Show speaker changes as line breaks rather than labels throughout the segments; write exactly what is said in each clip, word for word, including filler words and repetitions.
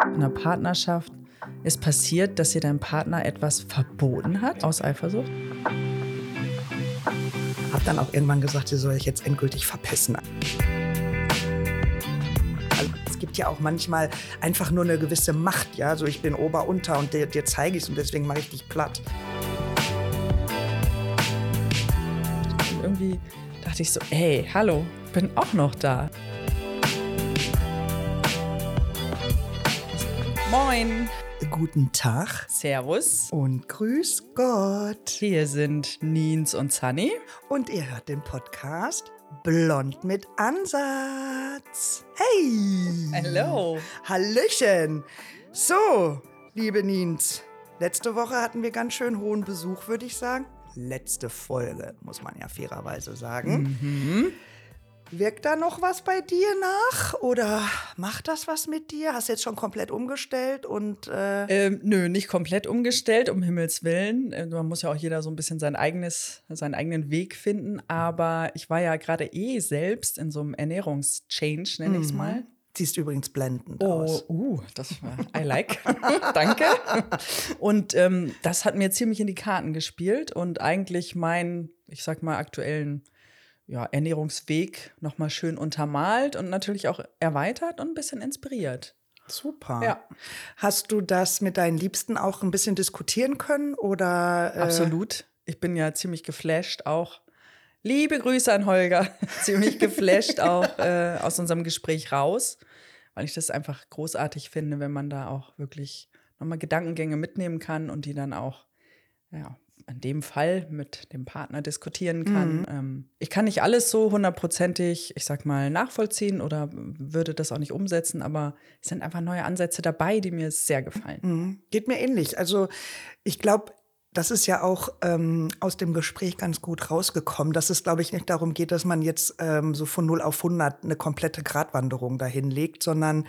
In einer Partnerschaft ist passiert, dass dir dein Partner etwas verboten hat aus Eifersucht?
Hab dann auch irgendwann gesagt, sie soll ich jetzt endgültig verpissen. Also, es gibt ja auch manchmal einfach nur eine gewisse Macht, ja, so ich bin Ober, Unter und dir, dir zeige ich es und deswegen mache ich dich platt.
Und irgendwie dachte ich so, hey, hallo, bin auch noch da. Moin.
Guten Tag.
Servus.
Und grüß Gott.
Hier sind Nins und Sunny.
Und ihr hört den Podcast Blond mit Ansatz. Hey.
Hallo.
Hallöchen. So, liebe Nins, letzte Woche hatten wir ganz schön hohen Besuch, würde ich sagen. Letzte Folge, muss man ja fairerweise sagen.
Mhm.
Wirkt da noch was bei dir nach? Oder macht das was mit dir? Hast du jetzt schon komplett umgestellt? Und äh
Ähm, nö, nicht komplett umgestellt, um Himmels Willen. Äh, Man muss ja auch jeder so ein bisschen sein eigenes, seinen eigenen Weg finden. Aber ich war ja gerade eh selbst in so einem Ernährungschange, nenne ich es mal.
Siehst übrigens blendend
Oh,
aus.
uh, das war I like. Danke. Und ähm, das hat mir ziemlich in die Karten gespielt und eigentlich meinen, ich sag mal, aktuellen ja, Ernährungsweg nochmal schön untermalt und natürlich auch erweitert und ein bisschen inspiriert.
Super.
Ja.
Hast du das mit deinen Liebsten auch ein bisschen diskutieren können? Oder, äh
Absolut. Ich bin ja ziemlich geflasht auch. Liebe Grüße an Holger. Ziemlich geflasht auch äh, aus unserem Gespräch raus, weil ich das einfach großartig finde, wenn man da auch wirklich nochmal Gedankengänge mitnehmen kann und die dann auch, ja, in dem Fall mit dem Partner diskutieren kann. Mhm. Ähm, ich kann nicht alles so hundertprozentig, ich sag mal, nachvollziehen oder würde das auch nicht umsetzen, aber es sind einfach neue Ansätze dabei, die mir sehr gefallen.
Mhm. Geht mir ähnlich. Also ich glaube, das ist ja auch ähm, aus dem Gespräch ganz gut rausgekommen, dass es, glaube ich, nicht darum geht, dass man jetzt ähm, so von null auf hundert eine komplette Gratwanderung dahin legt, sondern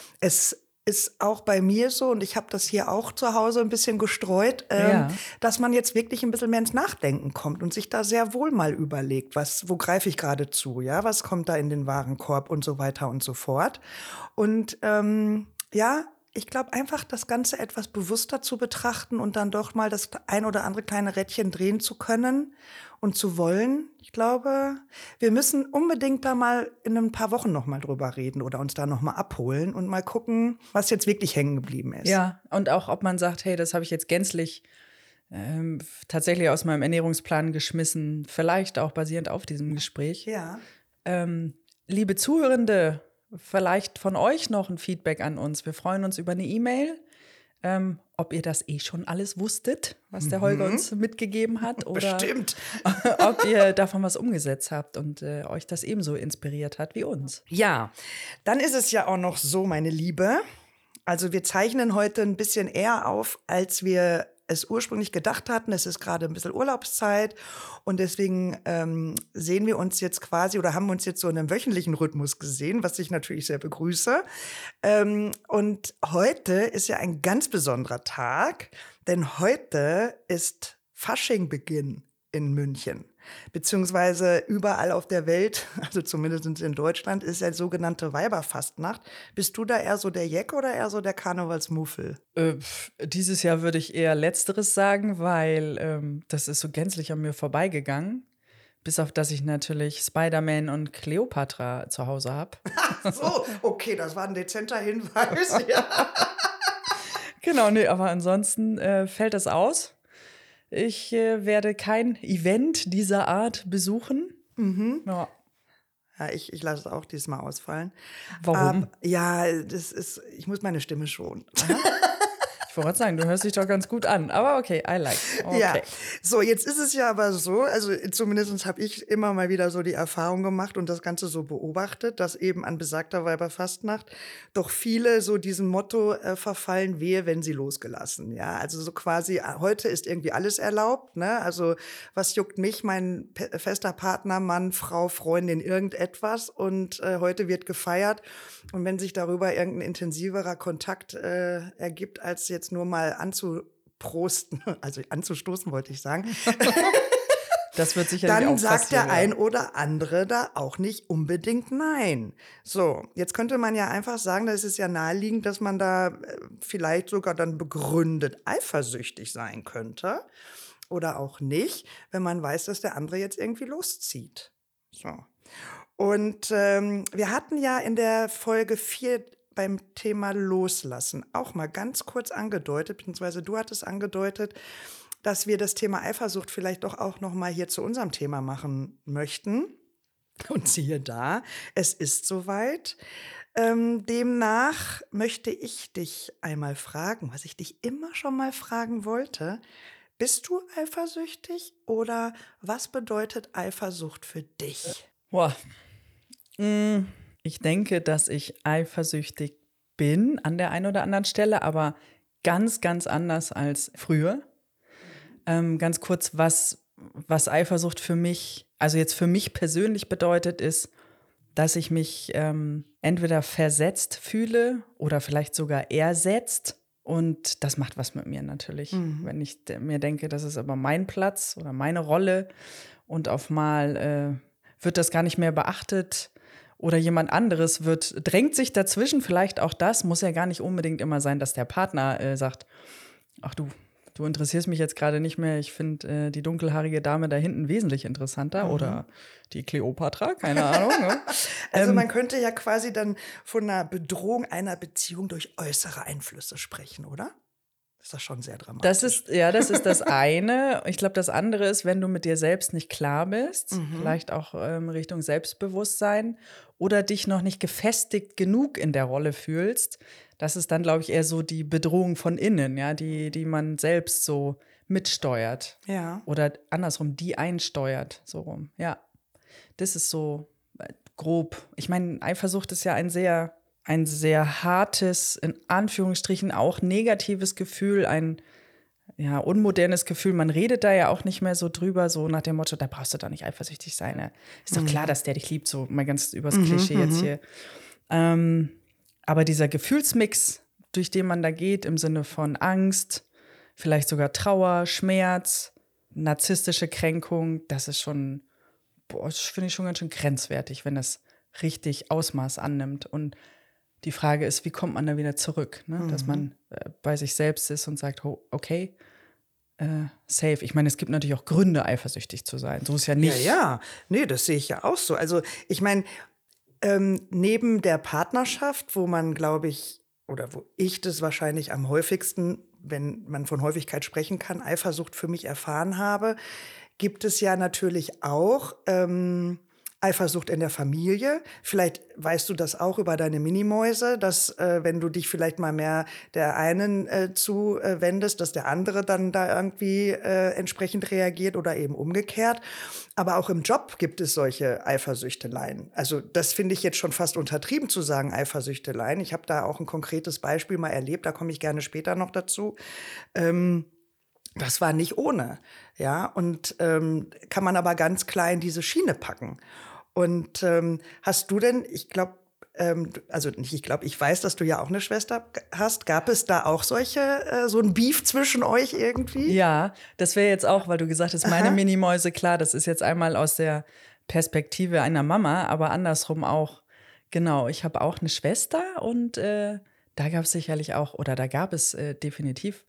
es ist auch bei mir so, und ich habe das hier auch zu Hause ein bisschen gestreut, ähm,
Ja.
dass man jetzt wirklich ein bisschen mehr ins Nachdenken kommt und sich da sehr wohl mal überlegt, was, wo greife ich gerade zu, ja, was kommt da in den Warenkorb und so weiter und so fort. Und ähm, ja, ich glaube einfach, das Ganze etwas bewusster zu betrachten und dann doch mal das ein oder andere kleine Rädchen drehen zu können und zu wollen. Ich glaube, wir müssen unbedingt da mal in ein paar Wochen noch mal drüber reden oder uns da noch mal abholen und mal gucken, was jetzt wirklich hängen geblieben ist.
Ja, und auch, ob man sagt, hey, das habe ich jetzt gänzlich ähm, tatsächlich aus meinem Ernährungsplan geschmissen, vielleicht auch basierend auf diesem Gespräch.
Ja.
Ähm, liebe Zuhörende, vielleicht von euch noch ein Feedback an uns. Wir freuen uns über eine E-Mail, ähm, ob ihr das eh schon alles wusstet, was der Holger uns mitgegeben hat. Oder
Bestimmt.
ob ihr davon was umgesetzt habt und äh, euch das ebenso inspiriert hat wie uns.
Ja, dann ist es ja auch noch so, meine Liebe. Also wir zeichnen heute ein bisschen eher auf, als wir es ursprünglich gedacht hatten. Es ist gerade ein bisschen Urlaubszeit und deswegen ähm, sehen wir uns jetzt quasi oder haben uns jetzt so in einem wöchentlichen Rhythmus gesehen, was ich natürlich sehr begrüße. Ähm, und heute ist ja ein ganz besonderer Tag, denn heute ist Faschingbeginn in München. Beziehungsweise überall auf der Welt, also zumindest in Deutschland, ist ja sogenannte Weiberfastnacht. Bist du da eher so der Jeck oder eher so der Karnevalsmuffel?
Äh, dieses Jahr würde ich eher Letzteres sagen, weil ähm, das ist so gänzlich an mir vorbeigegangen. Bis auf, dass ich natürlich Spider-Man und Cleopatra zu Hause habe.
So, okay, das war ein dezenter Hinweis. Ja.
Genau, nee, aber ansonsten äh, fällt das aus. Ich äh, werde kein Event dieser Art besuchen.
Mhm.
Ja.
Ja, ich, ich lasse es auch diesmal ausfallen.
Warum?
Aber, ja, das ist, ich muss meine Stimme schonen.
Ich wollte gerade sagen, du hörst dich doch ganz gut an. Aber okay, I like. Okay.
Ja, so, jetzt ist es ja aber so, also zumindest habe ich immer mal wieder so die Erfahrung gemacht und das Ganze so beobachtet, dass eben an besagter Weiberfastnacht doch viele so diesem Motto äh, verfallen, wehe, wenn sie losgelassen. Ja, also so quasi, äh, heute ist irgendwie alles erlaubt, ne? Also was juckt mich, mein pe- fester Partner, Mann, Frau, Freundin, irgendetwas und äh, heute wird gefeiert. Und wenn sich darüber irgendein intensiverer Kontakt äh, ergibt, als jetzt nur mal anzuprosten, also anzustoßen wollte ich sagen,
Das wird sicherlich
dann
auch
sagt
passieren,
der
ja.
ein oder andere da auch nicht unbedingt nein. So, jetzt könnte man ja einfach sagen, das ist ja naheliegend, dass man da äh, vielleicht sogar dann begründet eifersüchtig sein könnte oder auch nicht, wenn man weiß, dass der andere jetzt irgendwie loszieht. So. Und ähm, wir hatten ja in der Folge vier beim Thema Loslassen auch mal ganz kurz angedeutet, beziehungsweise du hattest angedeutet, dass wir das Thema Eifersucht vielleicht doch auch noch mal hier zu unserem Thema machen möchten. Und siehe da, es ist soweit. Ähm, demnach möchte ich dich einmal fragen, was ich dich immer schon mal fragen wollte. Bist du eifersüchtig oder was bedeutet Eifersucht für dich?
Boah. Mm, Ich denke, dass ich eifersüchtig bin an der einen oder anderen Stelle, aber ganz, ganz anders als früher. Ähm, ganz kurz, was, was Eifersucht für mich, also jetzt für mich persönlich bedeutet, ist, dass ich mich ähm, entweder versetzt fühle oder vielleicht sogar ersetzt. Und das macht was mit mir natürlich.
Mhm.
Wenn ich de- mir denke, das ist aber mein Platz oder meine Rolle und auf mal äh, wird das gar nicht mehr beachtet oder jemand anderes wird, drängt sich dazwischen, vielleicht auch das, muss ja gar nicht unbedingt immer sein, dass der Partner äh, sagt, ach du, du interessierst mich jetzt gerade nicht mehr, ich finde äh, die dunkelhaarige Dame da hinten wesentlich interessanter oder die Kleopatra, keine Ahnung. Ne?
Also
Ähm,
man könnte ja quasi dann von einer Bedrohung einer Beziehung durch äußere Einflüsse sprechen, oder? Ist das schon sehr dramatisch?
Das ist, ja, das ist das eine. Ich glaube, das andere ist, wenn du mit dir selbst nicht klar bist,
Mhm.
vielleicht auch ähm, Richtung Selbstbewusstsein oder dich noch nicht gefestigt genug in der Rolle fühlst. Das ist dann, glaube ich, eher so die Bedrohung von innen, ja, die, die man selbst so mitsteuert.
Ja.
Oder andersrum, die einsteuert, so rum. Ja, das ist so äh, grob. Ich meine, Eifersucht ist ja ein sehr, ein sehr hartes, in Anführungsstrichen auch negatives Gefühl, ein ja, unmodernes Gefühl. Man redet da ja auch nicht mehr so drüber, so nach dem Motto, da brauchst du doch nicht eifersüchtig sein. Ne? Ist doch klar, dass der dich liebt, so mal ganz übers Klischee jetzt hier. Ähm, aber dieser Gefühlsmix, durch den man da geht, im Sinne von Angst, vielleicht sogar Trauer, Schmerz, narzisstische Kränkung, das ist schon, boah, das finde ich schon ganz schön grenzwertig, wenn das richtig Ausmaß annimmt. Und die Frage ist, wie kommt man da wieder zurück? Ne? Dass man äh, bei sich selbst ist und sagt, oh, okay, äh, safe. Ich meine, es gibt natürlich auch Gründe, eifersüchtig zu sein. So ist ja nicht.
Ja, ja. Nee, das sehe ich ja auch so. Also ich meine, ähm, neben der Partnerschaft, wo man, glaube ich, oder wo ich das wahrscheinlich am häufigsten, wenn man von Häufigkeit sprechen kann, Eifersucht für mich erfahren habe, gibt es ja natürlich auch ähm, Eifersucht in der Familie. Vielleicht weißt du das auch über deine Minimäuse, dass äh, wenn du dich vielleicht mal mehr der einen äh, zuwendest, dass der andere dann da irgendwie äh, entsprechend reagiert oder eben umgekehrt. Aber auch im Job gibt es solche Eifersüchteleien. Also das finde ich jetzt schon fast untertrieben zu sagen, Eifersüchteleien. Ich habe da auch ein konkretes Beispiel mal erlebt, da komme ich gerne später noch dazu. Ähm, Das war nicht ohne, ja, und ähm, kann man aber ganz klar in diese Schiene packen. Und ähm, hast du denn, ich glaube, ähm, also nicht, ich glaube, ich weiß, dass du ja auch eine Schwester g- hast. Gab es da auch solche, äh, so ein Beef zwischen euch irgendwie?
Ja, das wäre jetzt auch, weil du gesagt hast, meine
Aha.
Minimäuse, klar, das ist jetzt einmal aus der Perspektive einer Mama, aber andersrum auch. Genau, ich habe auch eine Schwester und äh, da gab es sicherlich auch, oder da gab es äh, definitiv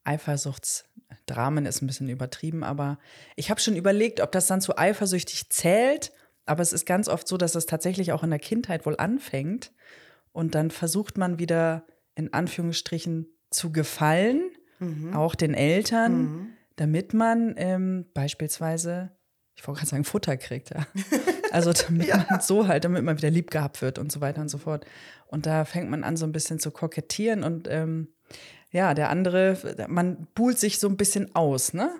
Eifersuchtsdramen, ist ein bisschen übertrieben, aber ich habe schon überlegt, ob das dann zu eifersüchtig zählt. Aber es ist ganz oft so, dass es tatsächlich auch in der Kindheit wohl anfängt. Und dann versucht man wieder in Anführungsstrichen zu gefallen, auch den Eltern, damit man ähm, beispielsweise, ich wollte gerade sagen, Futter kriegt. Ja. Also damit
Ja.
man so halt, damit man wieder lieb gehabt wird und so weiter und so fort. Und da fängt man an, so ein bisschen zu kokettieren. Und ähm, ja, der andere, man buhlt sich so ein bisschen aus, ne?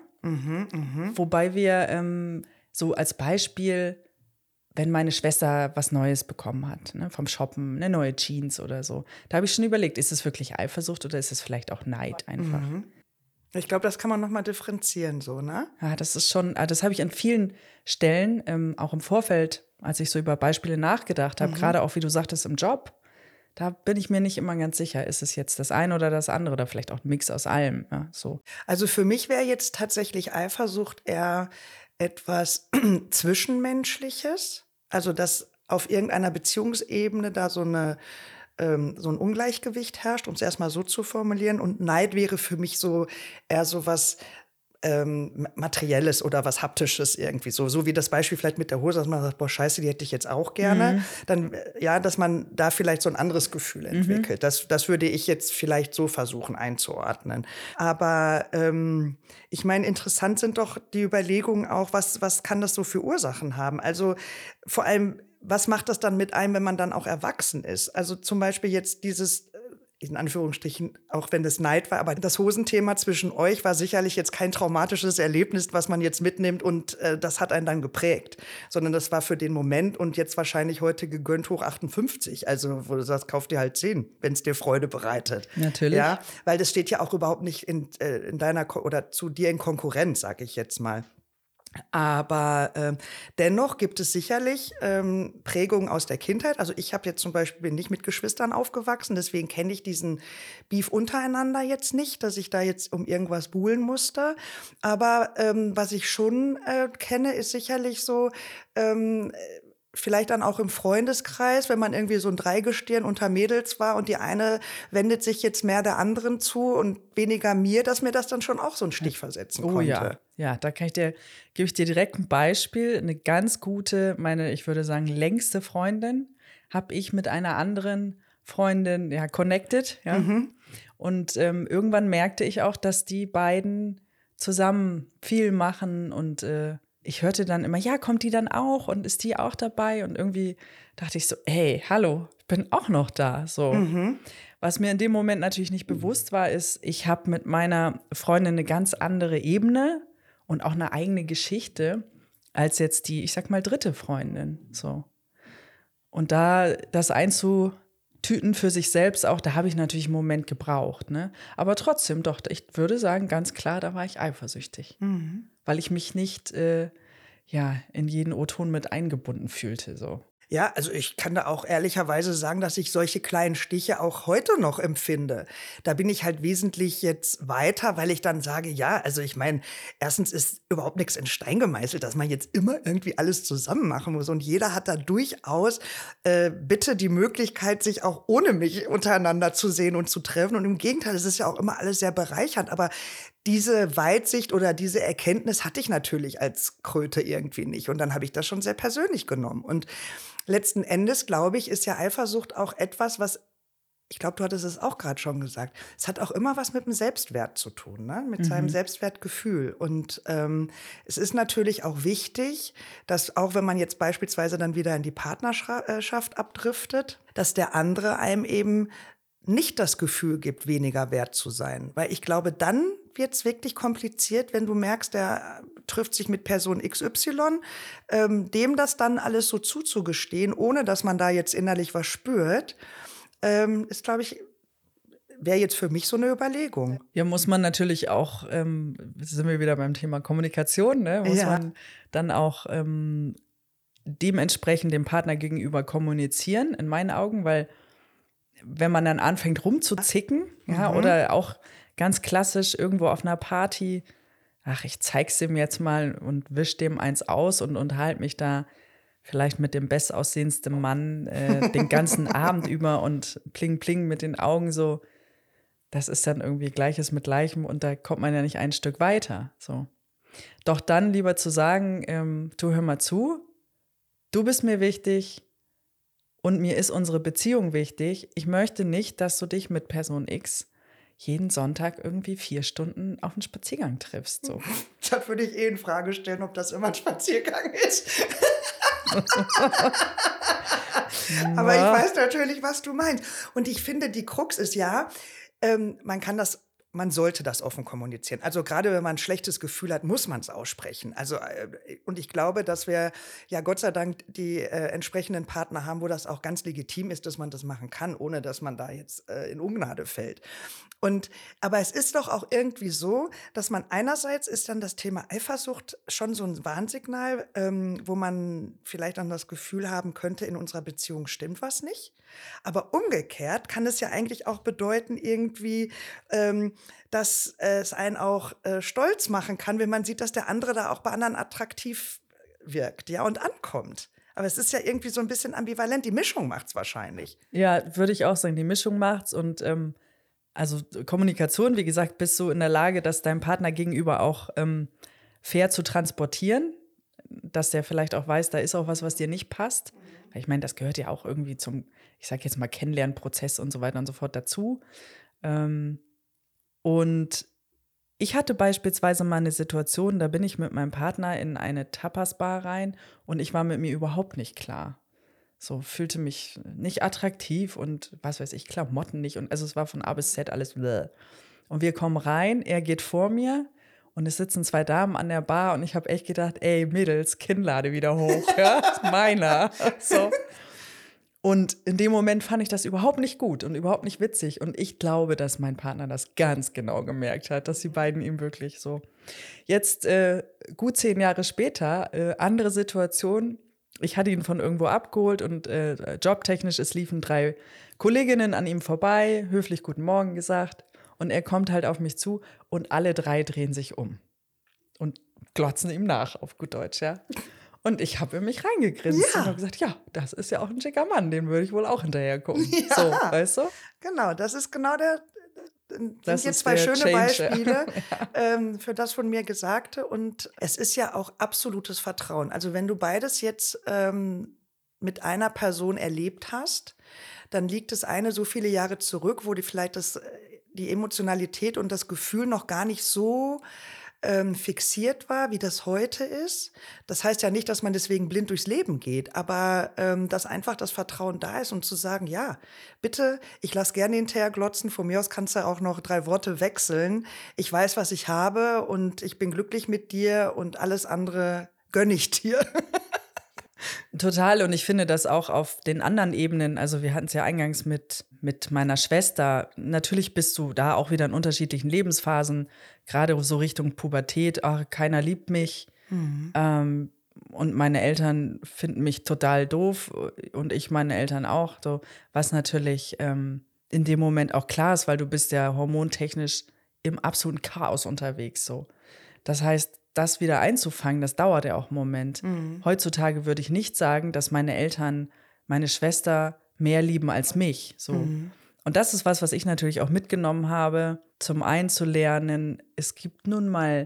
Wobei wir ähm, so als Beispiel, wenn meine Schwester was Neues bekommen hat, ne, vom Shoppen, eine neue Jeans oder so, da habe ich schon überlegt, ist es wirklich Eifersucht oder ist es vielleicht auch Neid einfach?
Ich glaube, das kann man noch mal differenzieren, so, ne?
Ja, das ist schon, ah, das habe ich an vielen Stellen, ähm, auch im Vorfeld, als ich so über Beispiele nachgedacht habe, gerade auch wie du sagtest im Job, da bin ich mir nicht immer ganz sicher, ist es jetzt das eine oder das andere oder vielleicht auch ein Mix aus allem. Ja, so.
Also für mich wäre jetzt tatsächlich Eifersucht eher etwas Zwischenmenschliches, also dass auf irgendeiner Beziehungsebene da so eine ähm, so ein Ungleichgewicht herrscht, um es erstmal so zu formulieren. Und Neid wäre für mich so eher so was ähm, Materielles oder was Haptisches irgendwie so. So wie das Beispiel vielleicht mit der Hose, dass man sagt, boah, scheiße, die hätte ich jetzt auch gerne.
Mhm.
Dann, äh, ja, dass man da vielleicht so ein anderes Gefühl entwickelt. Mhm. Das, das würde ich jetzt vielleicht so versuchen einzuordnen. Aber ähm, ich meine, interessant sind doch die Überlegungen auch, was, was kann das so für Ursachen haben? Also vor allem, was macht das dann mit einem, wenn man dann auch erwachsen ist? Also zum Beispiel jetzt dieses, in Anführungsstrichen, auch wenn das Neid war, aber das Hosenthema zwischen euch war sicherlich jetzt kein traumatisches Erlebnis, was man jetzt mitnimmt und äh, das hat einen dann geprägt, sondern das war für den Moment und jetzt wahrscheinlich heute gegönnt hoch achtundfünfzig, also wo du sagst, kauf dir halt zehn, wenn es dir Freude bereitet.
Natürlich.
Ja, weil das steht ja auch überhaupt nicht in, äh, in deiner Ko- oder zu dir in Konkurrenz, sag ich jetzt mal. Aber ähm, dennoch gibt es sicherlich ähm, Prägungen aus der Kindheit. Also ich habe jetzt zum Beispiel bin nicht mit Geschwistern aufgewachsen, deswegen kenne ich diesen Beef untereinander jetzt nicht, dass ich da jetzt um irgendwas buhlen musste. Aber ähm, was ich schon äh, kenne, ist sicherlich so, ähm, vielleicht dann auch im Freundeskreis, wenn man irgendwie so ein Dreigestirn unter Mädels war und die eine wendet sich jetzt mehr der anderen zu und weniger mir, dass mir das dann schon auch so einen Stich versetzen
Oh
konnte.
ja, ja, da kann ich dir, gebe ich dir direkt ein Beispiel. Eine ganz gute, meine, ich würde sagen, längste Freundin habe ich mit einer anderen Freundin, ja, connected, ja.
Mhm.
Und ähm, irgendwann merkte ich auch, dass die beiden zusammen viel machen und äh, ich hörte dann immer, ja, kommt die dann auch und ist die auch dabei? Und irgendwie dachte ich so, hey, hallo, ich bin auch noch da. So.
Mhm.
Was mir in dem Moment natürlich nicht bewusst war, ist, ich habe mit meiner Freundin eine ganz andere Ebene und auch eine eigene Geschichte als jetzt die, ich sag mal, dritte Freundin. So. Und da das einzutüten für sich selbst auch, da habe ich natürlich einen Moment gebraucht. Ne? Aber trotzdem, doch, ich würde sagen, ganz klar, da war ich eifersüchtig.
Mhm.
Weil ich mich nicht äh, ja, in jeden O-Ton mit eingebunden fühlte. So.
Ja, also ich kann da auch ehrlicherweise sagen, dass ich solche kleinen Stiche auch heute noch empfinde. Da bin ich halt wesentlich jetzt weiter, weil ich dann sage, ja, also ich meine, erstens ist überhaupt nichts in Stein gemeißelt, dass man jetzt immer irgendwie alles zusammen machen muss. Und jeder hat da durchaus äh, bitte die Möglichkeit, sich auch ohne mich untereinander zu sehen und zu treffen. Und im Gegenteil, es ist ja auch immer alles sehr bereichernd. Aber diese Weitsicht oder diese Erkenntnis hatte ich natürlich als Kröte irgendwie nicht. Und dann habe ich das schon sehr persönlich genommen. Und letzten Endes, glaube ich, ist ja Eifersucht auch etwas, was, ich glaube, du hattest es auch gerade schon gesagt, es hat auch immer was mit dem Selbstwert zu tun, ne? Mit mhm. seinem Selbstwertgefühl. Und ähm, es ist natürlich auch wichtig, dass auch wenn man jetzt beispielsweise dann wieder in die Partnerschaft abdriftet, dass der andere einem eben nicht das Gefühl gibt, weniger wert zu sein. Weil ich glaube, dann wird es wirklich kompliziert, wenn du merkst, der trifft sich mit Person X Y, ähm, dem das dann alles so zuzugestehen, ohne dass man da jetzt innerlich was spürt, ähm, ist, glaube ich, wäre jetzt für mich so eine Überlegung.
Ja, muss man natürlich auch, ähm, sind wir wieder beim Thema Kommunikation, ne? Muss
Ja.
man dann auch ähm, dementsprechend dem Partner gegenüber kommunizieren, in meinen Augen, weil wenn man dann anfängt rumzuzicken, mhm. ja, oder auch ganz klassisch irgendwo auf einer Party, ach, ich zeig's dem jetzt mal und wisch dem eins aus und unterhalte mich da vielleicht mit dem bestaussehendsten Mann äh, den ganzen Abend über und pling pling mit den Augen so, das ist dann irgendwie Gleiches mit Gleichem und da kommt man ja nicht ein Stück weiter. So. Doch dann lieber zu sagen, ähm, du hör mal zu, du bist mir wichtig, und mir ist unsere Beziehung wichtig. Ich möchte nicht, dass du dich mit Person X jeden Sonntag irgendwie vier Stunden auf einen Spaziergang triffst. So.
Da würde ich eh in Frage stellen, ob das immer ein Spaziergang ist. Aber ich weiß natürlich, was du meinst. Und ich finde, die Krux ist ja, ähm, man kann das man sollte das offen kommunizieren. Also gerade wenn man ein schlechtes Gefühl hat, muss man es aussprechen. Also äh, und ich glaube, dass wir ja Gott sei Dank die äh, entsprechenden Partner haben, wo das auch ganz legitim ist, dass man das machen kann, ohne dass man da jetzt äh, in Ungnade fällt. Und aber es ist doch auch irgendwie so, dass man einerseits ist dann das Thema Eifersucht schon so ein Warnsignal, ähm, wo man vielleicht dann das Gefühl haben könnte, in unserer Beziehung stimmt was nicht. Aber umgekehrt kann es ja eigentlich auch bedeuten, irgendwie, ähm, dass es einen auch äh, stolz machen kann, wenn man sieht, dass der andere da auch bei anderen attraktiv wirkt, ja, und ankommt. Aber es ist ja irgendwie so ein bisschen ambivalent. Die Mischung macht's wahrscheinlich.
Ja, würde ich auch sagen, die Mischung macht's. Und ähm, also Kommunikation, wie gesagt, bist du in der Lage, das deinem Partner gegenüber auch ähm, fair zu transportieren, dass der vielleicht auch weiß, da ist auch was, was dir nicht passt. Weil ich meine, das gehört ja auch irgendwie zum, ich sag jetzt mal, Kennenlernprozess und so weiter und so fort dazu. Ähm, und ich hatte beispielsweise mal eine Situation, da bin ich mit meinem Partner in eine Tapas-Bar rein und ich war mit mir überhaupt nicht klar. So, fühlte mich nicht attraktiv und was weiß ich, Klamotten nicht. Und also es war von A bis Z alles bläh. Und wir kommen rein, er geht vor mir und es sitzen zwei Damen an der Bar und ich habe echt gedacht, ey, Mädels, Kinnlade wieder hoch, ja, das ist meiner. So. Und in dem Moment fand ich das überhaupt nicht gut und überhaupt nicht witzig. Und ich glaube, dass mein Partner das ganz genau gemerkt hat, dass die beiden ihm wirklich so. Jetzt, äh, gut zehn Jahre später, äh, andere Situation. Ich hatte ihn von irgendwo abgeholt und äh, jobtechnisch, es liefen drei Kolleginnen an ihm vorbei, höflich guten Morgen gesagt. Und er kommt halt auf mich zu und alle drei drehen sich um und glotzen ihm nach, auf gut Deutsch, ja. Und ich habe in mich reingegrinst
Ja.
und habe gesagt, ja, das ist ja auch ein schicker Mann, dem würde ich wohl auch hinterher gucken.
Ja.
So, weißt du?
Genau, das ist genau der, sind
Das
jetzt
ist
zwei
der
schöne
Change.
Beispiele ähm, für das von mir Gesagte. Und es ist ja auch absolutes Vertrauen. Also wenn du beides jetzt ähm, mit einer Person erlebt hast, dann liegt das eine so viele Jahre zurück, wo die vielleicht das, die Emotionalität und das Gefühl noch gar nicht so ähm, fixiert war, wie das heute ist. Das heißt ja nicht, dass man deswegen blind durchs Leben geht, aber ähm, dass einfach das Vertrauen da ist und zu sagen, ja, bitte, ich lass gerne hinterher glotzen, von mir aus kannst du auch noch drei Worte wechseln. Ich weiß, was ich habe und ich bin glücklich mit dir und alles andere gönne ich dir.
Total. Und ich finde das auch auf den anderen Ebenen. Also wir hatten es ja eingangs mit, mit meiner Schwester. Natürlich bist du da auch wieder in unterschiedlichen Lebensphasen, gerade so Richtung Pubertät. Ach, keiner liebt mich. Mhm. Ähm, und meine Eltern finden mich total doof und ich meine Eltern auch. So, was natürlich ähm, in dem Moment auch klar ist, weil du bist ja hormontechnisch im absoluten Chaos unterwegs. So. Das heißt, das wieder einzufangen, das dauert ja auch einen Moment. Mhm. Heutzutage würde ich nicht sagen, dass meine Eltern meine Schwester mehr lieben als mich. So. Mhm. Und das ist was, was ich natürlich auch mitgenommen habe, zum einen zu lernen, es gibt nun mal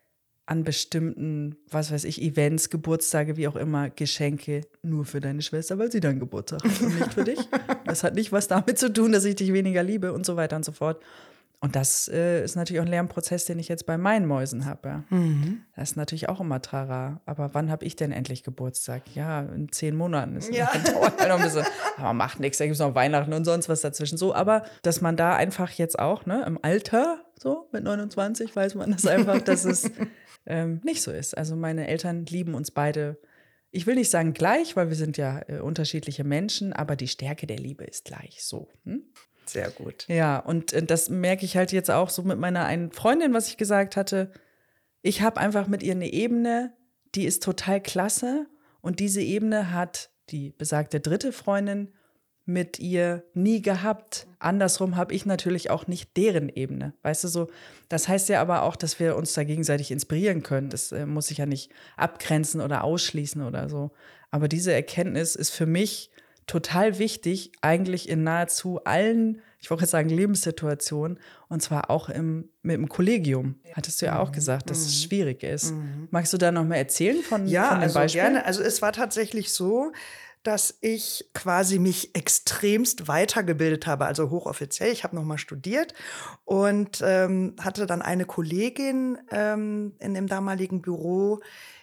an bestimmten, was weiß ich, Events, Geburtstage, wie auch immer, Geschenke nur für deine Schwester, weil sie deinen Geburtstag hat und nicht für dich. Das hat nicht was damit zu tun, dass ich dich weniger liebe und so weiter und so fort. Und das äh, ist natürlich auch ein Lernprozess, den ich jetzt bei meinen Mäusen habe. Ja. Mhm. Das ist natürlich auch immer trara. Aber wann habe ich denn endlich Geburtstag? Ja, in zehn Monaten. Das ja. dauert halt noch ein bisschen. Aber macht nichts, da gibt es noch Weihnachten und sonst was dazwischen. So, aber dass man da einfach jetzt auch, ne, im Alter, so mit neunundzwanzig, weiß man das einfach, dass es ähm, nicht so ist. Also meine Eltern lieben uns beide. Ich will nicht sagen gleich, weil wir sind ja äh, unterschiedliche Menschen, aber die Stärke der Liebe ist gleich so. Hm?
Sehr gut.
Ja, und äh, das merke ich halt jetzt auch so mit meiner einen Freundin, was ich gesagt hatte. Ich habe einfach mit ihr eine Ebene, die ist total klasse. Und diese Ebene hat die besagte dritte Freundin mit ihr nie gehabt. Andersrum habe ich natürlich auch nicht deren Ebene. Weißt du so? Das heißt ja aber auch, dass wir uns da gegenseitig inspirieren können. Das äh, muss ich ja nicht abgrenzen oder ausschließen oder so. Aber diese Erkenntnis ist für mich total wichtig, eigentlich in nahezu allen, ich wollte jetzt sagen, Lebenssituationen, und zwar auch im, mit dem Kollegium. Hattest du ja auch gesagt, dass es schwierig ist. Mhm. Magst du da noch mal erzählen von,
ja,
von dem
also
Beispiel?
Gerne. Also es war tatsächlich so, dass ich quasi mich extremst weitergebildet habe, also hochoffiziell. Ich habe noch mal studiert und ähm, hatte dann eine Kollegin ähm, in dem damaligen Büro,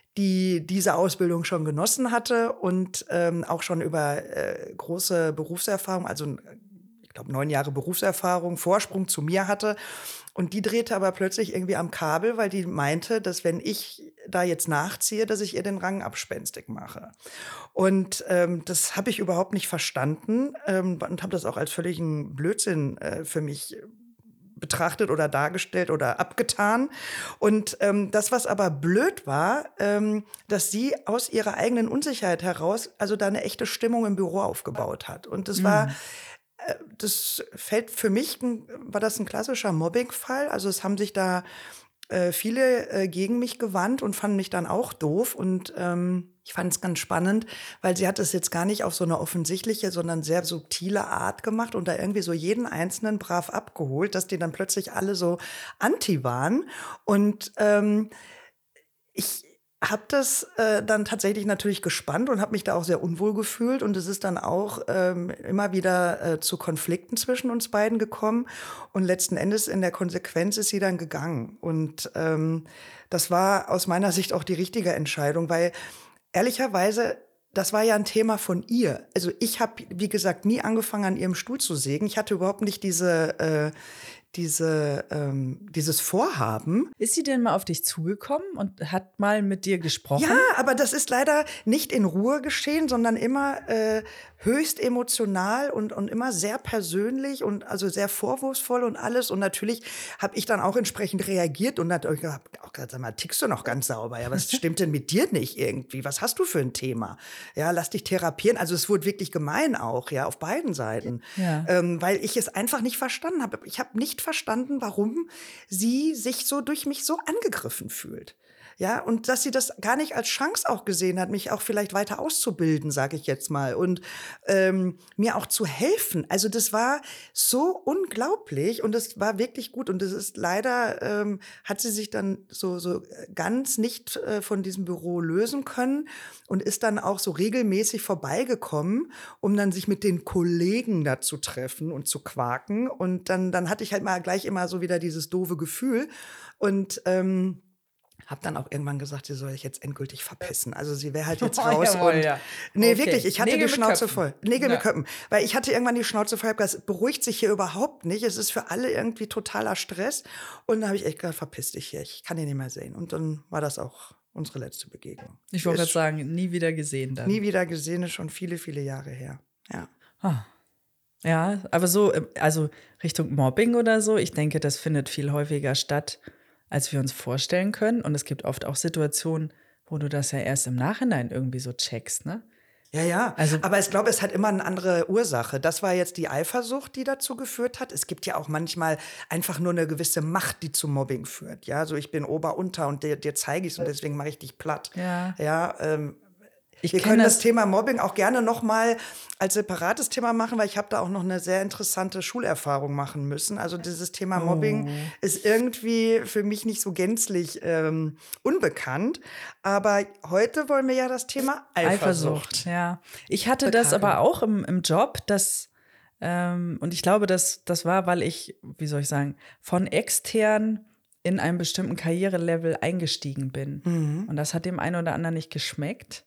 die diese Ausbildung schon genossen hatte und ähm, auch schon über äh, große Berufserfahrung, also ich glaube neun Jahre Berufserfahrung, Vorsprung zu mir hatte. Und die drehte aber plötzlich irgendwie am Kabel, weil die meinte, dass wenn ich da jetzt nachziehe, dass ich ihr den Rang abspenstig mache. Und ähm, das habe ich überhaupt nicht verstanden ähm, und habe das auch als völligen Blödsinn äh, für mich betrachtet oder dargestellt oder abgetan. Und ähm, das, was aber blöd war, ähm, dass sie aus ihrer eigenen Unsicherheit heraus also da eine echte Stimmung im Büro aufgebaut hat. Und das war das fällt für mich, ein, war das ein klassischer Mobbing-Fall. Also es haben sich da äh, viele äh, gegen mich gewandt und fanden mich dann auch doof. Und ähm, ich fand es ganz spannend, weil sie hat es jetzt gar nicht auf so eine offensichtliche, sondern sehr subtile Art gemacht und da irgendwie so jeden Einzelnen brav abgeholt, dass die dann plötzlich alle so anti waren. Und ähm, ich habe das äh, dann tatsächlich natürlich gespannt und habe mich da auch sehr unwohl gefühlt. Und es ist dann auch ähm, immer wieder äh, zu Konflikten zwischen uns beiden gekommen. Und letzten Endes in der Konsequenz ist sie dann gegangen. Und ähm, das war aus meiner Sicht auch die richtige Entscheidung, weil ehrlicherweise, das war ja ein Thema von ihr. Also ich habe, wie gesagt, nie angefangen, an ihrem Stuhl zu sägen. Ich hatte überhaupt nicht diese, äh, diese, ähm, dieses Vorhaben.
Ist sie denn mal auf dich zugekommen und hat mal mit dir gesprochen?
Ja, aber das ist leider nicht in Ruhe geschehen, sondern immer äh, höchst emotional und, und immer sehr persönlich und also sehr vorwurfsvoll und alles. Und natürlich habe ich dann auch entsprechend reagiert und hat euch auch gesagt, sag mal, tickst du noch ganz sauber? Ja, was stimmt denn mit dir nicht irgendwie? Was hast du für ein Thema? Ja, lass dich therapieren. Also es wurde wirklich gemein auch, ja, auf beiden Seiten.
Ja.
Ähm, weil ich es einfach nicht verstanden habe. Ich habe nicht verstanden, warum sie sich so durch mich so angegriffen fühlt. Ja, und dass sie das gar nicht als Chance auch gesehen hat, mich auch vielleicht weiter auszubilden, sage ich jetzt mal, und ähm, mir auch zu helfen. Also das war so unglaublich und das war wirklich gut. Und das ist leider, ähm, hat sie sich dann so, so ganz nicht äh, von diesem Büro lösen können und ist dann auch so regelmäßig vorbeigekommen, um dann sich mit den Kollegen da zu treffen und zu quaken. Und dann, dann hatte ich halt mal gleich immer so wieder dieses doofe Gefühl. Und ähm, hab dann auch irgendwann gesagt, sie soll ich jetzt endgültig verpissen. Also sie wäre halt jetzt
Oh,
raus.
jawohl,
und
ja.
Nee,
Okay.
wirklich, ich hatte
Nägel
die
mit
Schnauze
Köpfen.
voll. Nägel
Ja.
mit Köppen. Weil ich hatte irgendwann die Schnauze voll, hab gesagt, es beruhigt sich hier überhaupt nicht. Es ist für alle irgendwie totaler Stress. Und dann habe ich echt gesagt, verpiss dich hier, ich kann dich nicht mehr sehen. Und dann war das auch unsere letzte Begegnung.
Ich wollte
Ist
gerade sagen, nie wieder gesehen dann.
Nie wieder gesehen, ist schon viele, viele Jahre her. Ja.
Ah. Ja, aber so, äh, also Richtung Mobbing oder so, ich denke, das findet viel häufiger statt, als wir uns vorstellen können. Und es gibt oft auch Situationen, wo du das ja erst im Nachhinein irgendwie so checkst, ne?
Ja, ja.
Also-
Aber ich glaube, es hat immer eine andere Ursache. Das war jetzt die Eifersucht, die dazu geführt hat. Es gibt ja auch manchmal einfach nur eine gewisse Macht, die zu Mobbing führt. Ja, so ich bin Ober, Unter und dir, dir zeige ich es und deswegen mache ich dich platt.
Ja.
Ja, ähm,
Ich
wir
kenn
können das,
das-
Thema Mobbing auch gerne noch mal als separates Thema machen, weil ich habe da auch noch eine sehr interessante Schulerfahrung machen müssen. Also dieses Thema Mobbing
Oh.
ist irgendwie für mich nicht so gänzlich ähm, unbekannt. Aber heute wollen wir ja das Thema Eifersucht.
Ja. Ich hatte das
Bekakeln.
aber auch im, im Job, dass, ähm, und ich glaube, das, das war, weil ich, wie soll ich sagen, von extern in einem bestimmten Karrierelevel eingestiegen bin.
Mhm.
Und das hat dem einen oder anderen nicht geschmeckt.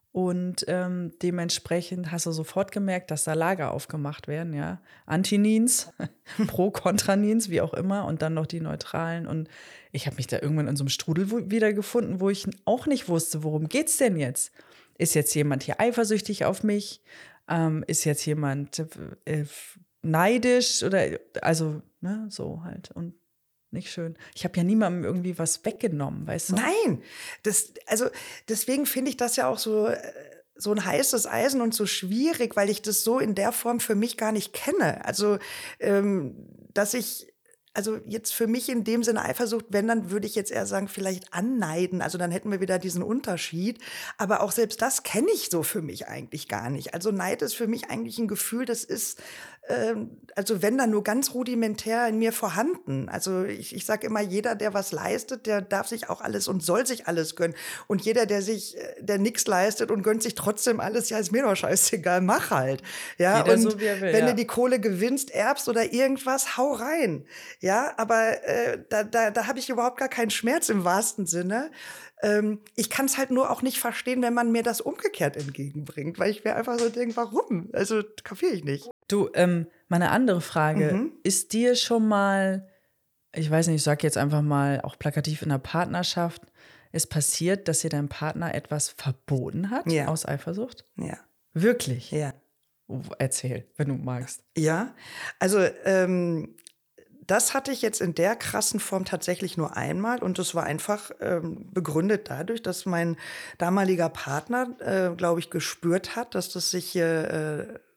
Und ähm, dementsprechend hast du sofort gemerkt, dass da Lager aufgemacht werden, ja. Antinins, Pro-Kontranins, wie auch immer, und dann noch die Neutralen. Und ich habe mich da irgendwann in so einem Strudel wo- wiedergefunden, wo ich auch nicht wusste, worum geht's denn jetzt? Ist jetzt jemand hier eifersüchtig auf mich? Ähm, ist jetzt jemand äh, neidisch? Oder also, ne, so halt. Und nicht schön. Ich habe ja niemandem irgendwie was weggenommen, weißt du?
Nein, das, also deswegen finde ich das ja auch so, äh, so ein heißes Eisen und so schwierig, weil ich das so in der Form für mich gar nicht kenne. Also, ähm, dass ich, also jetzt für mich in dem Sinne Eifersucht, wenn, dann würde ich jetzt eher sagen, vielleicht anneiden. Also dann hätten wir wieder diesen Unterschied. Aber auch selbst das kenne ich so für mich eigentlich gar nicht. Also Neid ist für mich eigentlich ein Gefühl, das ist, ähm, also wenn dann nur ganz rudimentär in mir vorhanden. Also ich, ich sage immer, jeder, der was leistet, der darf sich auch alles und soll sich alles gönnen. Und jeder, der sich, äh, der nichts leistet und gönnt sich trotzdem alles, ja, ist mir doch scheißegal, mach halt. Ja,
Jeder
und
so, wie er will,
wenn
ja.
du die Kohle gewinnst, erbst oder irgendwas, hau rein. Ja, aber äh, da, da, da habe ich überhaupt gar keinen Schmerz im wahrsten Sinne. Ähm, ich kann es halt nur auch nicht verstehen, wenn man mir das umgekehrt entgegenbringt, weil ich mir einfach so denke, warum? Also kapiere ich nicht.
Du, ähm, meine andere Frage,
Mhm.
ist dir schon mal, ich weiß nicht, ich sag jetzt einfach mal, auch plakativ in der Partnerschaft, ist passiert, dass dir dein Partner etwas verboten hat
Ja.
aus Eifersucht?
Ja,
Wirklich?
ja.
Oh, erzähl, wenn du magst.
Ja, also ähm, das hatte ich jetzt in der krassen Form tatsächlich nur einmal und das war einfach ähm, begründet dadurch, dass mein damaliger Partner, äh, glaube ich, gespürt hat, dass das sich hier äh,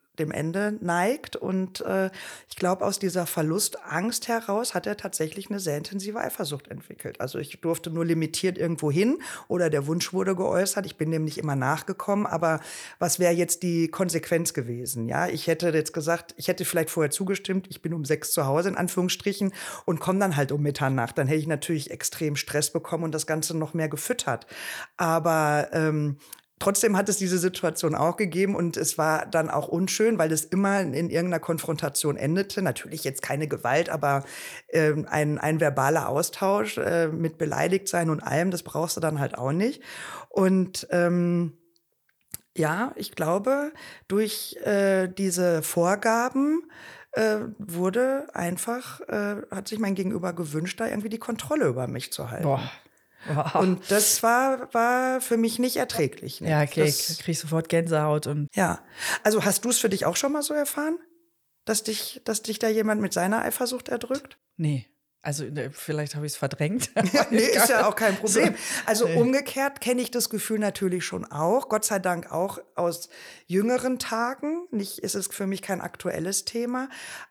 dem Ende neigt. Und äh, ich glaube, aus dieser Verlustangst heraus hat er tatsächlich eine sehr intensive Eifersucht entwickelt. Also ich durfte nur limitiert irgendwo hin oder der Wunsch wurde geäußert. Ich bin dem nicht immer nachgekommen. Aber was wäre jetzt die Konsequenz gewesen? Ja, ich hätte jetzt gesagt, ich hätte vielleicht vorher zugestimmt, ich bin um sechs zu Hause in Anführungsstrichen und komme dann halt um Mitternacht. Dann hätte ich natürlich extrem Stress bekommen und das Ganze noch mehr gefüttert. Aber ähm, trotzdem hat es diese Situation auch gegeben und es war dann auch unschön, weil es immer in irgendeiner Konfrontation endete. Natürlich jetzt keine Gewalt, aber äh, ein, ein verbaler Austausch äh, mit Beleidigtsein und allem, das brauchst du dann halt auch nicht. Und ähm, ja, ich glaube, durch äh, diese Vorgaben äh, wurde einfach, äh, hat sich mein Gegenüber gewünscht, da irgendwie die Kontrolle über mich zu halten.
Boah. Wow.
Und das war, war für mich nicht erträglich. Ne?
Ja, okay,
das,
krieg ich sofort Gänsehaut. Und
ja, also hast du es für dich auch schon mal so erfahren, dass dich, dass dich da jemand mit seiner Eifersucht erdrückt?
Nee, also ne, vielleicht habe ich es verdrängt.
Ja, nee, ist ja auch kein Problem. Also
Nee.
umgekehrt kenne ich das Gefühl natürlich schon auch, Gott sei Dank auch aus jüngeren Tagen. Nicht ist es für mich kein aktuelles Thema,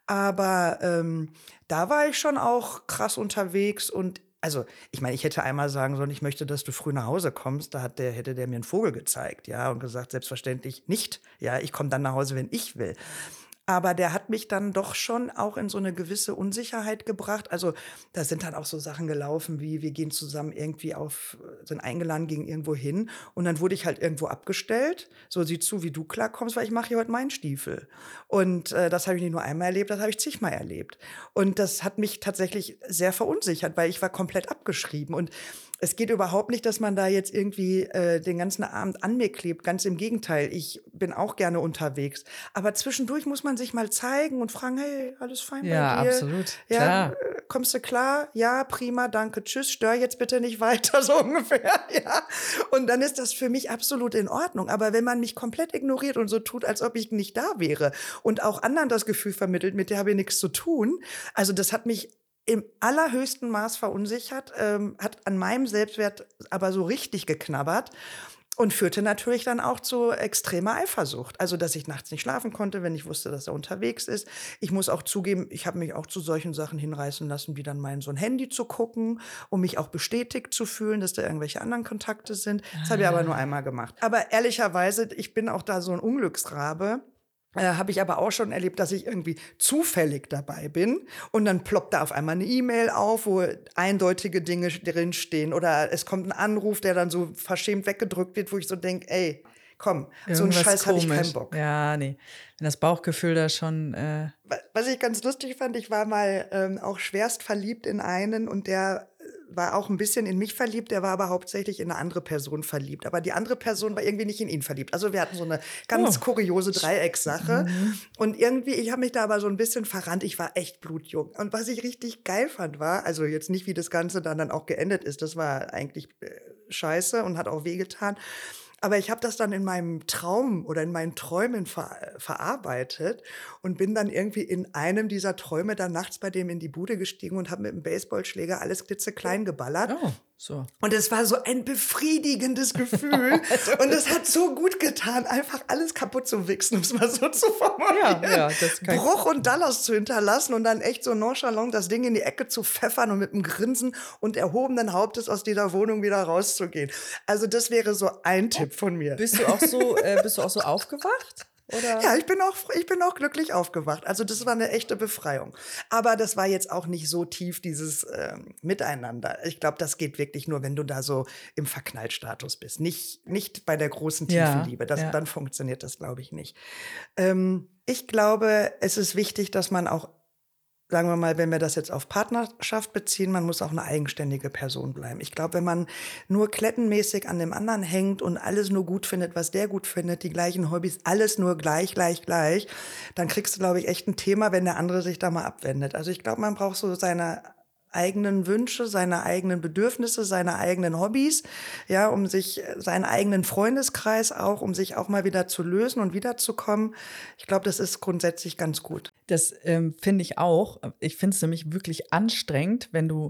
aber ähm, da war ich schon auch krass unterwegs und also, ich meine, ich hätte einmal sagen sollen, ich möchte, dass du früh nach Hause kommst. Da hat der, hätte der mir einen Vogel gezeigt, ja, und gesagt, selbstverständlich nicht. Ja, ich komme dann nach Hause, wenn ich will. Aber der hat mich dann doch schon auch in so eine gewisse Unsicherheit gebracht. Also da sind dann auch so Sachen gelaufen, wie wir gehen zusammen irgendwie auf, sind eingeladen, gingen irgendwo hin. Und dann wurde ich halt irgendwo abgestellt. So, sieh zu, wie du klarkommst, weil ich mache hier heute meinen Stiefel. Und äh, das habe ich nicht nur einmal erlebt, das habe ich zigmal erlebt. Und das hat mich tatsächlich sehr verunsichert, weil ich war komplett abgeschrieben. Und es geht überhaupt nicht, dass man da jetzt irgendwie äh, den ganzen Abend an mir klebt. Ganz im Gegenteil, ich bin auch gerne unterwegs. Aber zwischendurch muss man sich mal zeigen und fragen, hey, alles fein
Ja,
bei dir?
absolut,
Ja,
klar.
äh, kommst du klar? Ja, prima, danke, tschüss, stör jetzt bitte nicht weiter, so ungefähr. Ja. Und dann ist das für mich absolut in Ordnung. Aber wenn man mich komplett ignoriert und so tut, als ob ich nicht da wäre und auch anderen das Gefühl vermittelt, mit der habe ich nichts zu tun, also das hat mich im allerhöchsten Maß verunsichert, ähm, hat an meinem Selbstwert aber so richtig geknabbert und führte natürlich dann auch zu extremer Eifersucht. Also, dass ich nachts nicht schlafen konnte, wenn ich wusste, dass er unterwegs ist. Ich muss auch zugeben, ich habe mich auch zu solchen Sachen hinreißen lassen, wie dann mein so ein Handy zu gucken, um mich auch bestätigt zu fühlen, dass da irgendwelche anderen Kontakte sind. Das habe ich aber nur einmal gemacht. Aber ehrlicherweise, ich bin auch da so ein Unglücksrabe. Äh, habe ich aber auch schon erlebt, dass ich irgendwie zufällig dabei bin und dann ploppt da auf einmal eine E-Mail auf, wo eindeutige Dinge drinstehen oder es kommt ein Anruf, der dann so verschämt weggedrückt wird, wo ich so denke, ey, komm, so einen
Irgendwas
Scheiß habe ich
komisch.
keinen Bock.
Ja, nee. Wenn das Bauchgefühl da schon. Äh
Was ich ganz lustig fand, ich war mal ähm, auch schwerst verliebt in einen und der war auch ein bisschen in mich verliebt, der war aber hauptsächlich in eine andere Person verliebt. Aber die andere Person war irgendwie nicht in ihn verliebt. Also wir hatten so eine ganz
Oh.
kuriose Dreieckssache.
Mhm.
Und irgendwie, ich habe mich da aber so ein bisschen verrannt. Ich war echt blutjung. Und was ich richtig geil fand, war, also jetzt nicht, wie das Ganze dann, dann auch geendet ist, das war eigentlich äh, scheiße und hat auch wehgetan. Aber ich habe das dann in meinem Traum oder in meinen Träumen ver verarbeitet und bin dann irgendwie in einem dieser Träume dann nachts bei dem in die Bude gestiegen und habe mit dem Baseballschläger alles klitzeklein geballert.
Oh, so.
Und es war so ein befriedigendes Gefühl. Und es hat so gut getan, einfach alles kaputt zu wichsen, um es mal so zu formulieren.
Ja, ja, das kann ich-
Bruch und Dallas zu hinterlassen und dann echt so nonchalant das Ding in die Ecke zu pfeffern und mit einem Grinsen und erhobenen Hauptes aus dieser Wohnung wieder rauszugehen. Also das wäre so ein Tipp von mir.
Bist du auch so, äh, bist du auch so aufgewacht? Oder?
Ja, ich bin auch, ich bin auch glücklich aufgewacht. Also das war eine echte Befreiung. Aber das war jetzt auch nicht so tief, dieses ähm, Miteinander. Ich glaube, das geht wirklich nur, wenn du da so im Verknalltstatus bist. Nicht, nicht bei der großen tiefen
Ja,
Liebe. Das,
ja.
Dann funktioniert das, glaube ich, nicht. Ähm, ich glaube, es ist wichtig, dass man auch, sagen wir mal, wenn wir das jetzt auf Partnerschaft beziehen, man muss auch eine eigenständige Person bleiben. Ich glaube, wenn man nur klettenmäßig an dem anderen hängt und alles nur gut findet, was der gut findet, die gleichen Hobbys, alles nur gleich, gleich, gleich, dann kriegst du, glaube ich, echt ein Thema, wenn der andere sich da mal abwendet. Also ich glaube, man braucht so seine eigenen Wünsche, seine eigenen Bedürfnisse, seine eigenen Hobbys, ja, um sich, seinen eigenen Freundeskreis auch, um sich auch mal wieder zu lösen und wiederzukommen. Ich glaube, das ist grundsätzlich ganz gut.
Das ähm, finde ich auch. Ich finde es nämlich wirklich anstrengend, wenn du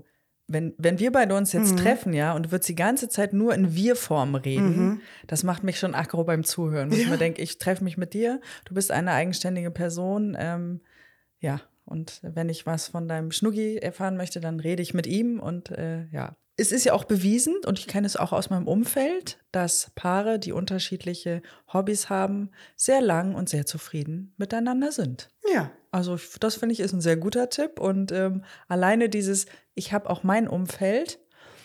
wenn, wenn wir beide uns jetzt
Mhm.
treffen, ja, und du würdest die ganze Zeit nur in Wir-Form reden,
Mhm.
das macht mich schon aggro beim Zuhören. Wo ich
Ja.
mir denke, ich treffe mich mit dir, du bist eine eigenständige Person, ähm, ja, und wenn ich was von deinem Schnuggi erfahren möchte, dann rede ich mit ihm und äh, ja. Es ist ja auch bewiesen, und ich kenne es auch aus meinem Umfeld, dass Paare, die unterschiedliche Hobbys haben, sehr lang und sehr zufrieden miteinander sind.
Ja.
Also ich- das finde ich ist ein sehr guter Tipp. Und ähm, alleine dieses, ich habe auch mein Umfeld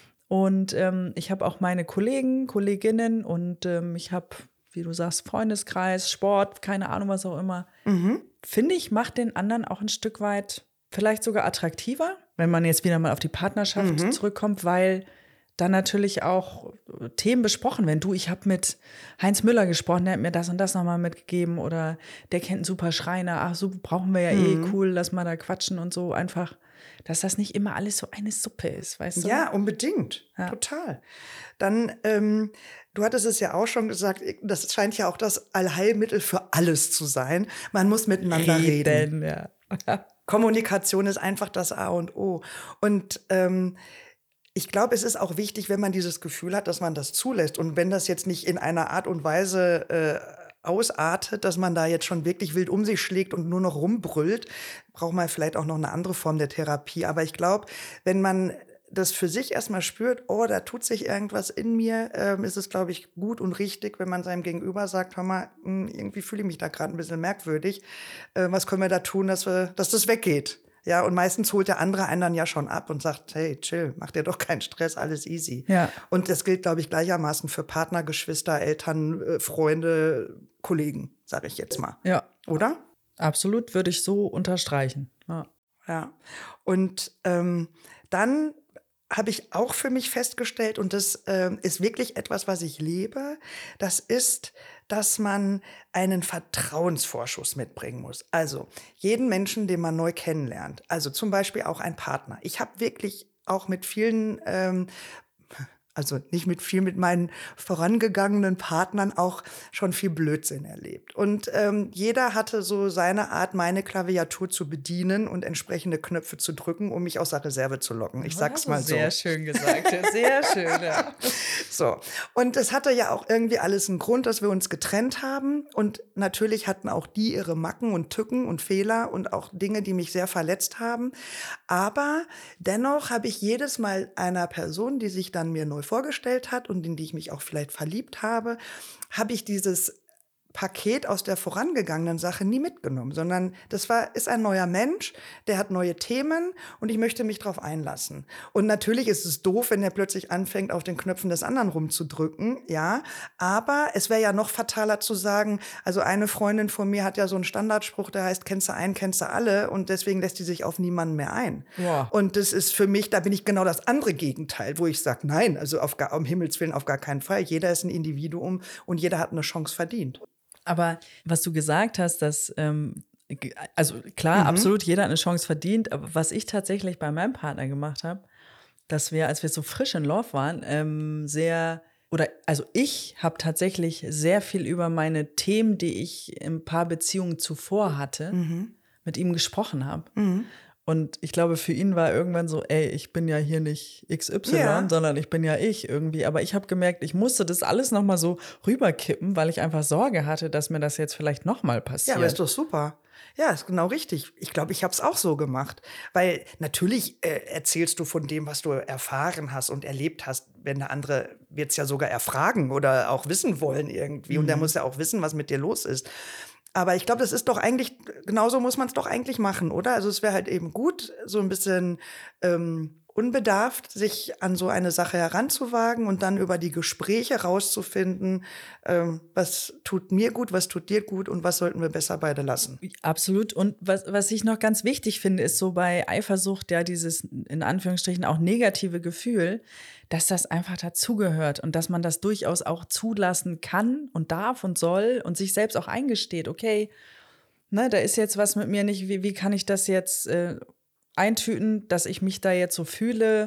und ähm, ich habe auch meine Kollegen, Kolleginnen und ähm, ich habe, wie du sagst, Freundeskreis, Sport, keine Ahnung, was auch immer.
Mhm.
Finde ich, macht den anderen auch ein Stück weit vielleicht sogar attraktiver, wenn man jetzt wieder mal auf die Partnerschaft
Mhm.
zurückkommt, weil dann natürlich auch äh, Themen besprochen werden. Du, ich habe mit Heinz Müller gesprochen, der hat mir das und das nochmal mitgegeben oder der kennt einen super Schreiner. Ach, so brauchen wir ja eh,
Mhm.
cool, lass mal da quatschen und so. Einfach, dass das nicht immer alles so eine Suppe ist, weißt du?
Ja, unbedingt.
Ja.
Total. Dann, ähm, du hattest es ja auch schon gesagt, das scheint ja auch das Allheilmittel für alles zu sein. Man muss miteinander reden.
Reden, ja.
Kommunikation ist einfach das A und O. Und ähm, ich glaube, es ist auch wichtig, wenn man dieses Gefühl hat, dass man das zulässt. Und wenn das jetzt nicht in einer Art und Weise äh, ausartet, dass man da jetzt schon wirklich wild um sich schlägt und nur noch rumbrüllt, braucht man vielleicht auch noch eine andere Form der Therapie. Aber ich glaube, wenn man das für sich erstmal spürt, oh, da tut sich irgendwas in mir, ähm, ist es, glaube ich, gut und richtig, wenn man seinem Gegenüber sagt, hör mal, mh, irgendwie fühle ich mich da gerade ein bisschen merkwürdig. Äh, was können wir da tun, dass, wir, dass das weggeht? Ja, und meistens holt der andere einen dann ja schon ab und sagt, hey, chill, mach dir doch keinen Stress, alles easy.
Ja.
Und das gilt, glaube ich, gleichermaßen für Partner, Geschwister, Eltern, äh, Freunde, Kollegen, sage ich jetzt mal.
Ja,
Oder?
absolut, würde ich so unterstreichen. Ja.
Ja. Und ähm, dann habe ich auch für mich festgestellt, und das ähm, ist wirklich etwas, was ich lebe, das ist, dass man einen Vertrauensvorschuss mitbringen muss. Also jeden Menschen, den man neu kennenlernt, also zum Beispiel auch ein Partner. Ich habe wirklich auch mit vielen ähm, also nicht mit viel, mit meinen vorangegangenen Partnern auch schon viel Blödsinn erlebt. Und ähm, jeder hatte so seine Art, meine Klaviatur zu bedienen und entsprechende Knöpfe zu drücken, um mich aus der Reserve zu locken. Ich sag's mal so.
Sehr schön gesagt, sehr schön. Ja.
So. Und es hatte ja auch irgendwie alles einen Grund, dass wir uns getrennt haben. Und natürlich hatten auch die ihre Macken und Tücken und Fehler und auch Dinge, die mich sehr verletzt haben. Aber dennoch habe ich jedes Mal einer Person, die sich dann mir neu vorgestellt hat und in die ich mich auch vielleicht verliebt habe, habe ich dieses Paket aus der vorangegangenen Sache nie mitgenommen, sondern das war, ist ein neuer Mensch, der hat neue Themen und ich möchte mich darauf einlassen. Und natürlich ist es doof, wenn er plötzlich anfängt, auf den Knöpfen des anderen rumzudrücken, ja, aber es wäre ja noch fataler zu sagen, also eine Freundin von mir hat ja so einen Standardspruch, der heißt, kennst du einen, kennst du alle, und deswegen lässt die sich auf niemanden mehr ein.
Ja.
Und das ist für mich, da bin ich genau das andere Gegenteil, wo ich sage, nein, also auf gar, um Himmels Willen auf gar keinen Fall. Jeder ist ein Individuum und jeder hat eine Chance verdient.
Aber was du gesagt hast, dass, ähm, ge- also klar,
Mhm.
absolut, jeder hat eine Chance verdient. Aber was ich tatsächlich bei meinem Partner gemacht habe, dass wir, als wir so frisch in Love waren, ähm, sehr, oder also ich habe tatsächlich sehr viel über meine Themen, die ich in ein paar Beziehungen zuvor hatte,
Mhm.
mit ihm gesprochen habe.
Mhm.
Und ich glaube, für ihn war irgendwann so, ey, ich bin ja hier nicht X Y,
Ja.
sondern ich bin ja ich irgendwie. Aber ich habe gemerkt, ich musste das alles nochmal so rüberkippen, weil ich einfach Sorge hatte, dass mir das jetzt vielleicht nochmal
Ja,
passiert.
aber ist doch super. Ja, ist genau richtig. Ich glaube, ich habe es auch so gemacht. Weil natürlich äh, erzählst du von dem, was du erfahren hast und erlebt hast. Wenn der andere wird es ja sogar erfragen oder auch wissen wollen irgendwie. Und der muss ja auch wissen, was mit dir los ist. Aber ich glaube, das ist doch eigentlich, genauso muss man es doch eigentlich machen, oder? Also es wäre halt eben gut, so ein bisschen ähm, unbedarft, sich an so eine Sache heranzuwagen und dann über die Gespräche rauszufinden, ähm, was tut mir gut, was tut dir gut und was sollten wir besser beide lassen.
Absolut. Und was, was ich noch ganz wichtig finde, ist so bei Eifersucht, ja, dieses in Anführungsstrichen auch negative Gefühl, dass das einfach dazugehört und dass man das durchaus auch zulassen kann und darf und soll und sich selbst auch eingesteht, okay, ne, da ist jetzt was mit mir nicht, wie, wie kann ich das jetzt äh, eintüten, dass ich mich da jetzt so fühle.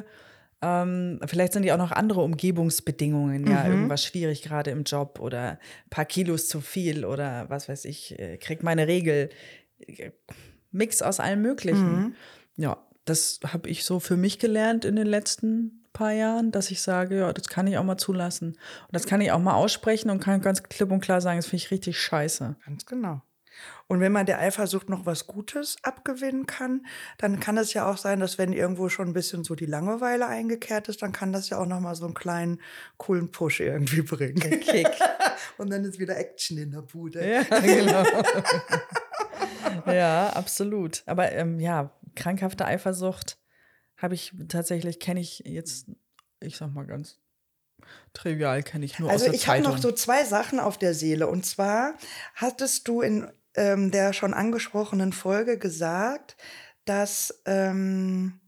Ähm, vielleicht sind ja auch noch andere Umgebungsbedingungen, ja,
Mhm.
irgendwas schwierig gerade im Job oder ein paar Kilos zu viel oder was weiß ich, äh, krieg meine Regel. Mix aus allem Möglichen.
Mhm.
Ja, das habe ich so für mich gelernt in den letzten paar Jahren, dass ich sage, ja, das kann ich auch mal zulassen. Und das kann ich auch mal aussprechen und kann ganz klipp und klar sagen, das finde ich richtig scheiße.
Ganz genau. Und wenn man der Eifersucht noch was Gutes abgewinnen kann, dann kann es ja auch sein, dass wenn irgendwo schon ein bisschen so die Langeweile eingekehrt ist, dann kann das ja auch noch mal so einen kleinen, coolen Push irgendwie bringen.
Der Kick.
Und dann ist wieder Action in der Bude.
Ja, genau. Ja, absolut. Aber ähm, ja, krankhafte Eifersucht habe ich tatsächlich, kenne ich jetzt, ich sag mal ganz trivial, kenne ich nur
Also
aus der
ich habe
Zeitung.
noch so zwei Sachen auf der Seele. Und zwar hattest du in ähm, der schon angesprochenen Folge gesagt, dass ähm,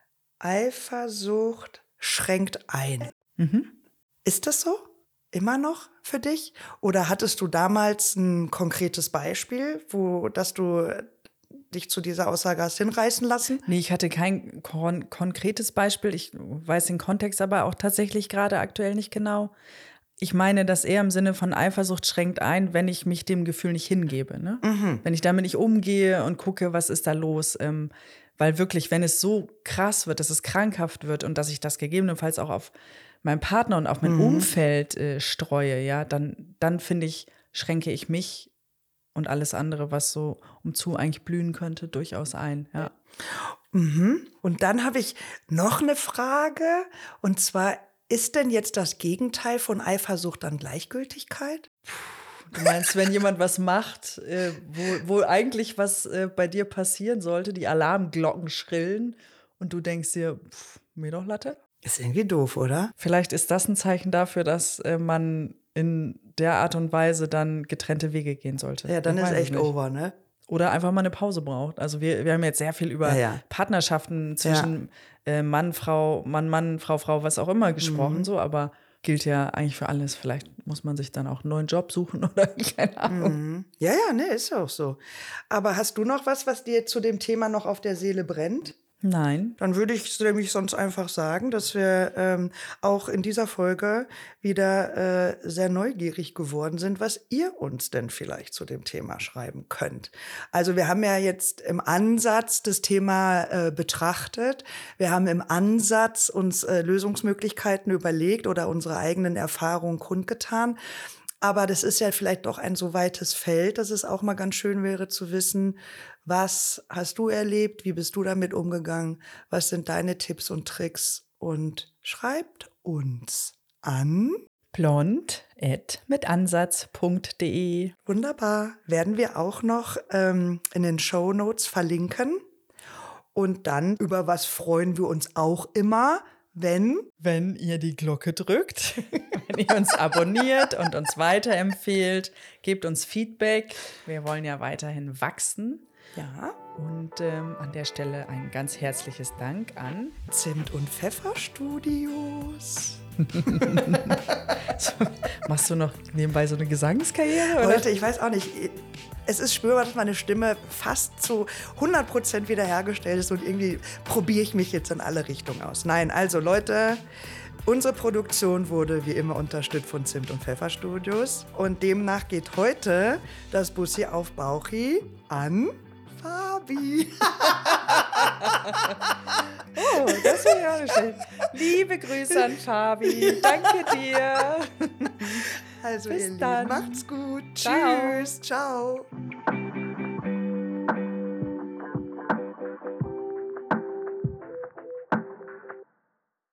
Eifersucht schränkt ein.
Mhm.
Ist das so? Immer noch für dich? Oder hattest du damals ein konkretes Beispiel, wo dass du dich zu dieser Aussage hast hinreißen lassen?
Nee, ich hatte kein kon- konkretes Beispiel. Ich weiß den Kontext aber auch tatsächlich gerade aktuell nicht genau. Ich meine das eher im Sinne von Eifersucht schränkt ein, wenn ich mich dem Gefühl nicht hingebe. Ne?
Mhm.
Wenn ich damit nicht umgehe und gucke, was ist da los. Ähm, weil wirklich, wenn es so krass wird, dass es krankhaft wird und dass ich das gegebenenfalls auch auf meinen Partner und auf mein
Mhm.
Umfeld äh, streue, ja, dann, dann finde ich, schränke ich mich und alles andere, was so umzu eigentlich blühen könnte, durchaus ein. Ja.
Mhm. Und dann habe ich noch eine Frage. Und zwar, ist denn jetzt das Gegenteil von Eifersucht dann Gleichgültigkeit?
Du meinst, wenn jemand was macht, äh, wo, wo eigentlich was äh, bei dir passieren sollte, die Alarmglocken schrillen und du denkst dir, pff, mir doch Latte?
Ist irgendwie doof, oder?
Vielleicht ist das ein Zeichen dafür, dass äh, man in der Art und Weise dann getrennte Wege gehen sollte.
Ja, dann
Ich
ist
weiß es
echt
nicht.
over, ne?
Oder einfach mal eine Pause braucht. Also wir, wir haben jetzt sehr viel über
Ja, ja.
Partnerschaften zwischen äh, Mann, Frau, Mann, Mann, Frau, Frau, was auch immer gesprochen,
Mhm.
so, aber gilt ja eigentlich für alles. Vielleicht muss man sich dann auch einen neuen Job suchen oder keine Ahnung.
Mhm. Ja, ja, ne, ist auch so. Aber hast du noch was, was dir zu dem Thema noch auf der Seele brennt?
Nein.
Dann würde ich nämlich sonst einfach sagen, dass wir ähm, auch in dieser Folge wieder äh, sehr neugierig geworden sind, was ihr uns denn vielleicht zu dem Thema schreiben könnt. Also wir haben ja jetzt im Ansatz das Thema äh, betrachtet. Wir haben im Ansatz uns äh, Lösungsmöglichkeiten überlegt oder unsere eigenen Erfahrungen kundgetan. Aber das ist ja vielleicht doch ein so weites Feld, dass es auch mal ganz schön wäre zu wissen, was hast du erlebt, wie bist du damit umgegangen, was sind deine Tipps und Tricks und schreibt uns an.
Blond at mitansatz punkt de.
Wunderbar, werden wir auch noch ähm, in den Shownotes verlinken. Und dann, über was freuen wir uns auch immer, wenn
Wenn ihr die Glocke drückt, wenn ihr uns abonniert und uns weiterempfehlt, gebt uns Feedback. Wir wollen ja weiterhin wachsen.
ja,
Und ähm, an der Stelle ein ganz herzliches Dank an.
Zimt- und Pfefferstudios.
So, machst du noch nebenbei so eine Gesangskarriere? Oder?
Leute, ich weiß auch nicht, es ist spürbar, dass meine Stimme fast zu hundert Prozent wiederhergestellt ist und irgendwie probiere ich mich jetzt in alle Richtungen aus. Nein, also Leute, unsere Produktion wurde wie immer unterstützt von Zimt- und Pfefferstudios und demnach geht heute das Bussi auf Bauchi an Fabi.
Oh, das wäre ja nicht schlecht. Liebe Grüße an Fabi. Danke dir.
Also
Bis
ihr Lieben,
dann.
macht's gut.
Ciao.
Tschüss. Ciao.